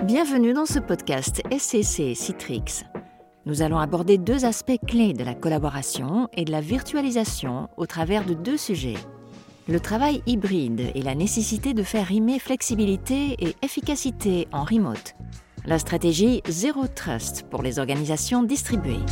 Bienvenue dans ce podcast SCC Citrix. Nous allons aborder deux aspects clés de la collaboration et de la virtualisation au travers de deux sujets. Le travail hybride et la nécessité de faire rimer flexibilité et efficacité en remote. La stratégie Zero Trust pour les organisations distribuées.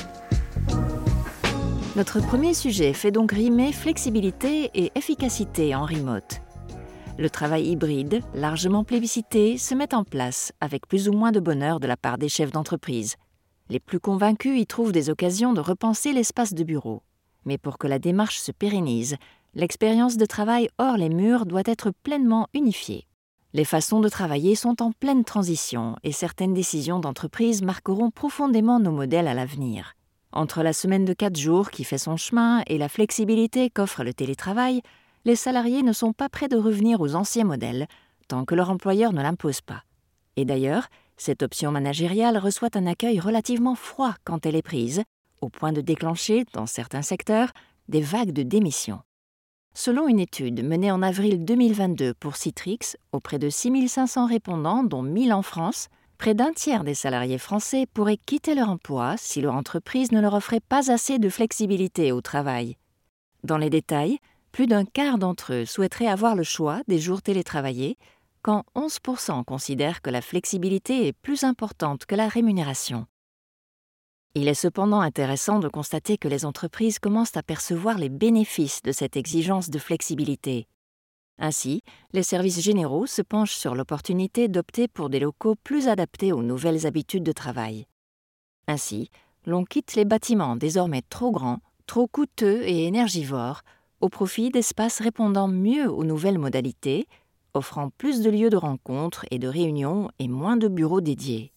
Notre premier sujet fait donc rimer flexibilité et efficacité en remote. Le travail hybride, largement plébiscité, se met en place avec plus ou moins de bonheur de la part des chefs d'entreprise. Les plus convaincus y trouvent des occasions de repenser l'espace de bureau. Mais pour que la démarche se pérennise, l'expérience de travail hors les murs doit être pleinement unifiée. Les façons de travailler sont en pleine transition et certaines décisions d'entreprise marqueront profondément nos modèles à l'avenir. Entre la semaine de 4 jours qui fait son chemin et la flexibilité qu'offre le télétravail, les salariés ne sont pas prêts de revenir aux anciens modèles tant que leur employeur ne l'impose pas. Et d'ailleurs, cette option managériale reçoit un accueil relativement froid quand elle est prise, au point de déclencher, dans certains secteurs, des vagues de démissions. Selon une étude menée en avril 2022 pour Citrix, auprès de 6500 répondants, dont 1000 en France, près d'un tiers des salariés français pourraient quitter leur emploi si leur entreprise ne leur offrait pas assez de flexibilité au travail. Dans les détails, plus d'un quart d'entre eux souhaiteraient avoir le choix des jours télétravaillés, quand 11% considèrent que la flexibilité est plus importante que la rémunération. Il est cependant intéressant de constater que les entreprises commencent à percevoir les bénéfices de cette exigence de flexibilité. Ainsi, les services généraux se penchent sur l'opportunité d'opter pour des locaux plus adaptés aux nouvelles habitudes de travail. Ainsi, l'on quitte les bâtiments désormais trop grands, trop coûteux et énergivores, au profit d'espaces répondant mieux aux nouvelles modalités, offrant plus de lieux de rencontres et de réunions et moins de bureaux dédiés.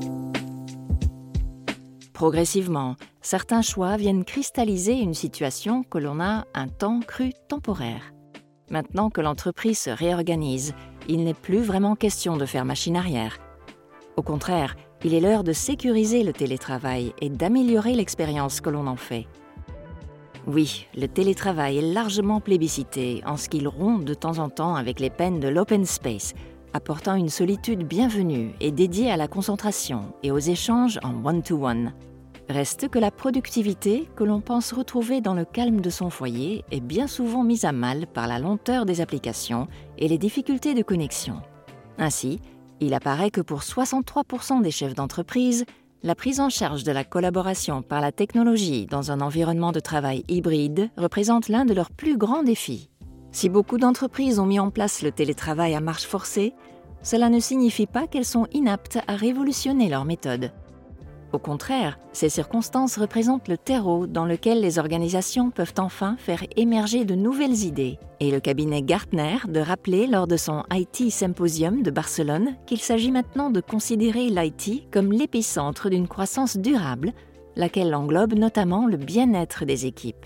Progressivement, certains choix viennent cristalliser une situation que l'on a un temps cru temporaire. Maintenant que l'entreprise se réorganise, il n'est plus vraiment question de faire machine arrière. Au contraire, il est l'heure de sécuriser le télétravail et d'améliorer l'expérience que l'on en fait. Oui, le télétravail est largement plébiscité en ce qu'il rompt de temps en temps avec les peines de l'open space, apportant une solitude bienvenue et dédiée à la concentration et aux échanges en one-to-one. Reste que la productivité que l'on pense retrouver dans le calme de son foyer est bien souvent mise à mal par la lenteur des applications et les difficultés de connexion. Ainsi, il apparaît que pour 63% des chefs d'entreprise, la prise en charge de la collaboration par la technologie dans un environnement de travail hybride représente l'un de leurs plus grands défis. Si beaucoup d'entreprises ont mis en place le télétravail à marche forcée, cela ne signifie pas qu'elles sont inaptes à révolutionner leurs méthodes. Au contraire, ces circonstances représentent le terreau dans lequel les organisations peuvent enfin faire émerger de nouvelles idées. Et le cabinet Gartner de rappeler lors de son IT Symposium de Barcelone qu'il s'agit maintenant de considérer l'IT comme l'épicentre d'une croissance durable, laquelle englobe notamment le bien-être des équipes.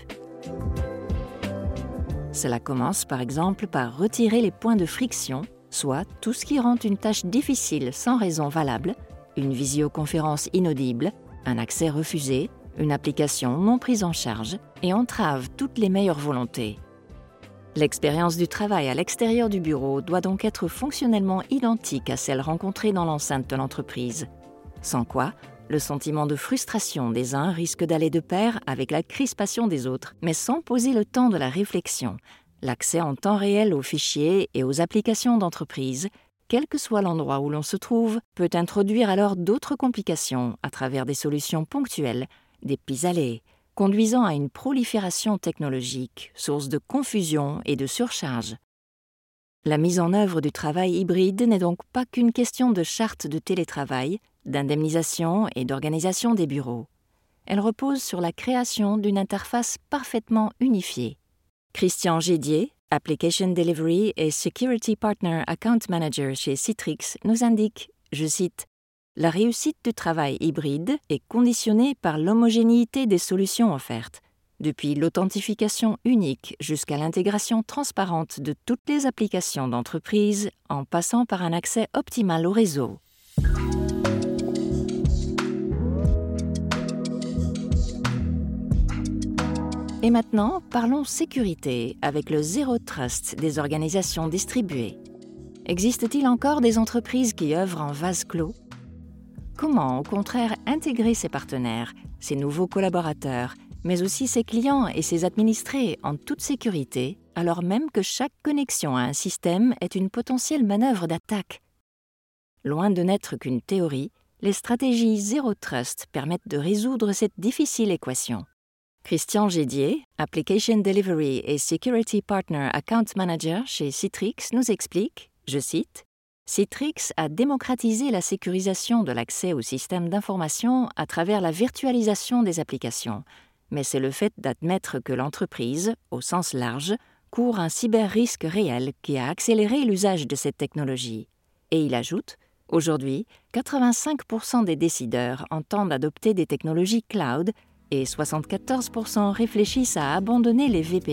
Cela commence par exemple par retirer les points de friction, soit tout ce qui rend une tâche difficile sans raison valable, une visioconférence inaudible, un accès refusé, une application non prise en charge et entrave toutes les meilleures volontés. L'expérience du travail à l'extérieur du bureau doit donc être fonctionnellement identique à celle rencontrée dans l'enceinte de l'entreprise. Sans quoi, le sentiment de frustration des uns risque d'aller de pair avec la crispation des autres, mais sans poser le temps de la réflexion. L'accès en temps réel aux fichiers et aux applications d'entreprise, quel que soit l'endroit où l'on se trouve, peut introduire alors d'autres complications à travers des solutions ponctuelles, des pis-aller, conduisant à une prolifération technologique, source de confusion et de surcharge. La mise en œuvre du travail hybride n'est donc pas qu'une question de charte de télétravail, d'indemnisation et d'organisation des bureaux. Elle repose sur la création d'une interface parfaitement unifiée. Christian Gédier, Application Delivery et Security Partner Account Manager chez Citrix, nous indique, je cite, « La réussite du travail hybride est conditionnée par l'homogénéité des solutions offertes, depuis l'authentification unique jusqu'à l'intégration transparente de toutes les applications d'entreprise en passant par un accès optimal au réseau. » Et maintenant, parlons sécurité avec le Zero Trust des organisations distribuées. Existe-t-il encore des entreprises qui œuvrent en vase clos ? Comment, au contraire, intégrer ses partenaires, ses nouveaux collaborateurs, mais aussi ses clients et ses administrés en toute sécurité, alors même que chaque connexion à un système est une potentielle manœuvre d'attaque ? Loin de n'être qu'une théorie, les stratégies Zero Trust permettent de résoudre cette difficile équation. Christian Gédier, Application Delivery et Security Partner Account Manager chez Citrix, nous explique, je cite, « Citrix a démocratisé la sécurisation de l'accès aux systèmes d'information à travers la virtualisation des applications, mais c'est le fait d'admettre que l'entreprise, au sens large, court un cyber-risque réel qui a accéléré l'usage de cette technologie. » Et il ajoute, « Aujourd'hui, 85% des décideurs entendent adopter des technologies cloud et 74% réfléchissent à abandonner les VPN. »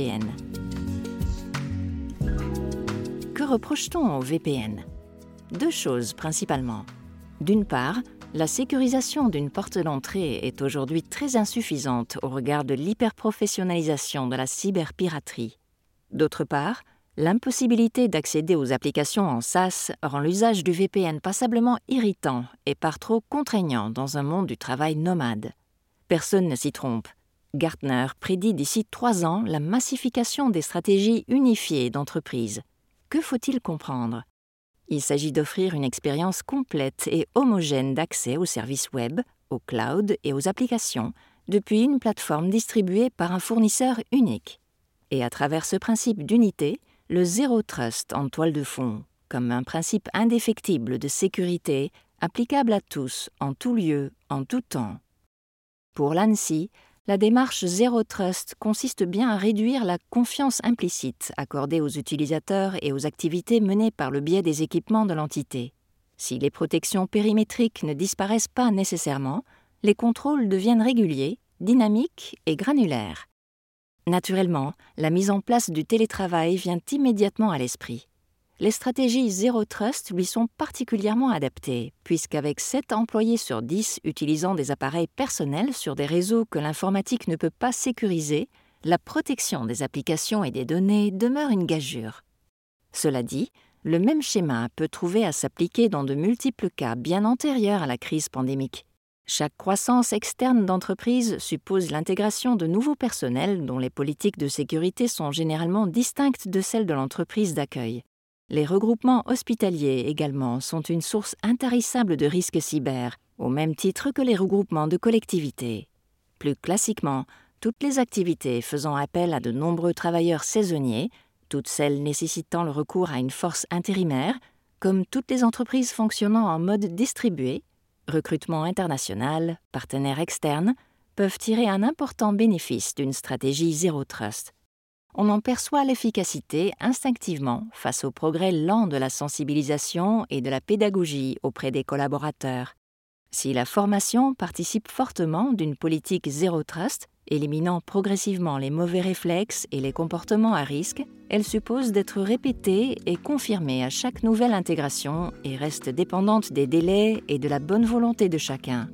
Que reproche-t-on aux VPN ? Deux choses principalement. D'une part, la sécurisation d'une porte d'entrée est aujourd'hui très insuffisante au regard de l'hyperprofessionnalisation de la cyberpiraterie. D'autre part, l'impossibilité d'accéder aux applications en SaaS rend l'usage du VPN passablement irritant et par trop contraignant dans un monde du travail nomade. Personne ne s'y trompe. Gartner prédit d'ici 3 ans la massification des stratégies unifiées d'entreprise. Que faut-il comprendre ? Il s'agit d'offrir une expérience complète et homogène d'accès aux services web, au cloud et aux applications depuis une plateforme distribuée par un fournisseur unique. Et à travers ce principe d'unité, le Zero Trust en toile de fond, comme un principe indéfectible de sécurité applicable à tous, en tout lieu, en tout temps. Pour l'ANSSI, la démarche Zero Trust consiste bien à réduire la confiance implicite accordée aux utilisateurs et aux activités menées par le biais des équipements de l'entité. Si les protections périmétriques ne disparaissent pas nécessairement, les contrôles deviennent réguliers, dynamiques et granulaires. Naturellement, la mise en place du télétravail vient immédiatement à l'esprit. Les stratégies Zero Trust lui sont particulièrement adaptées, puisqu'avec 7 employés sur 10 utilisant des appareils personnels sur des réseaux que l'informatique ne peut pas sécuriser, la protection des applications et des données demeure une gageure. Cela dit, le même schéma peut trouver à s'appliquer dans de multiples cas bien antérieurs à la crise pandémique. Chaque croissance externe d'entreprise suppose l'intégration de nouveaux personnels dont les politiques de sécurité sont généralement distinctes de celles de l'entreprise d'accueil. Les regroupements hospitaliers également sont une source intarissable de risques cyber, au même titre que les regroupements de collectivités. Plus classiquement, toutes les activités faisant appel à de nombreux travailleurs saisonniers, toutes celles nécessitant le recours à une force intérimaire, comme toutes les entreprises fonctionnant en mode distribué, recrutement international, partenaires externes, peuvent tirer un important bénéfice d'une stratégie Zero Trust. On en perçoit l'efficacité instinctivement face au progrès lent de la sensibilisation et de la pédagogie auprès des collaborateurs. Si la formation participe fortement d'une politique Zero Trust, éliminant progressivement les mauvais réflexes et les comportements à risque, elle suppose d'être répétée et confirmée à chaque nouvelle intégration et reste dépendante des délais et de la bonne volonté de chacun.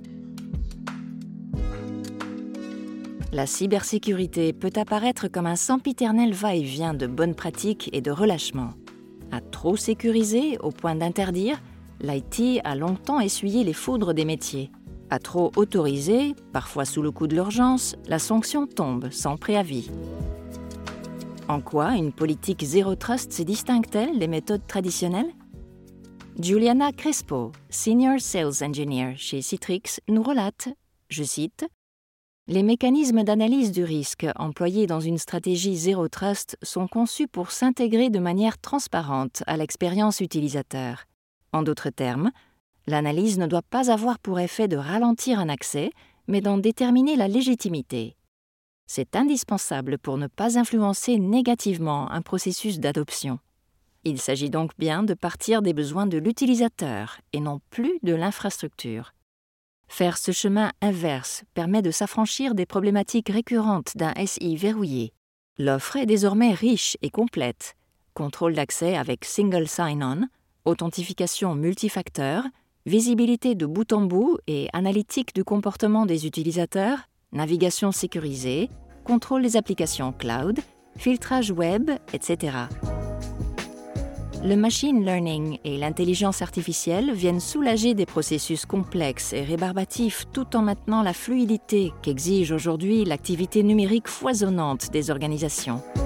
La cybersécurité peut apparaître comme un sempiternel va-et-vient de bonnes pratiques et de relâchement. À trop sécuriser au point d'interdire, l'IT a longtemps essuyé les foudres des métiers. À trop autoriser, parfois sous le coup de l'urgence, la sanction tombe sans préavis. En quoi une politique Zero Trust se distingue-t-elle des méthodes traditionnelles ? Juliana Crespo, Senior Sales Engineer chez Citrix, nous relate, je cite, « Les mécanismes d'analyse du risque employés dans une stratégie Zero Trust sont conçus pour s'intégrer de manière transparente à l'expérience utilisateur. En d'autres termes, l'analyse ne doit pas avoir pour effet de ralentir un accès, mais d'en déterminer la légitimité. C'est indispensable pour ne pas influencer négativement un processus d'adoption. Il s'agit donc bien de partir des besoins de l'utilisateur et non plus de l'infrastructure. Faire ce chemin inverse permet de s'affranchir des problématiques récurrentes d'un SI verrouillé. L'offre est désormais riche et complète. Contrôle d'accès avec Single Sign-On, authentification multifacteur, visibilité de bout en bout et analytique du comportement des utilisateurs, navigation sécurisée, contrôle des applications cloud, filtrage web, etc. Le machine learning et l'intelligence artificielle viennent soulager des processus complexes et rébarbatifs tout en maintenant la fluidité qu'exige aujourd'hui l'activité numérique foisonnante des organisations.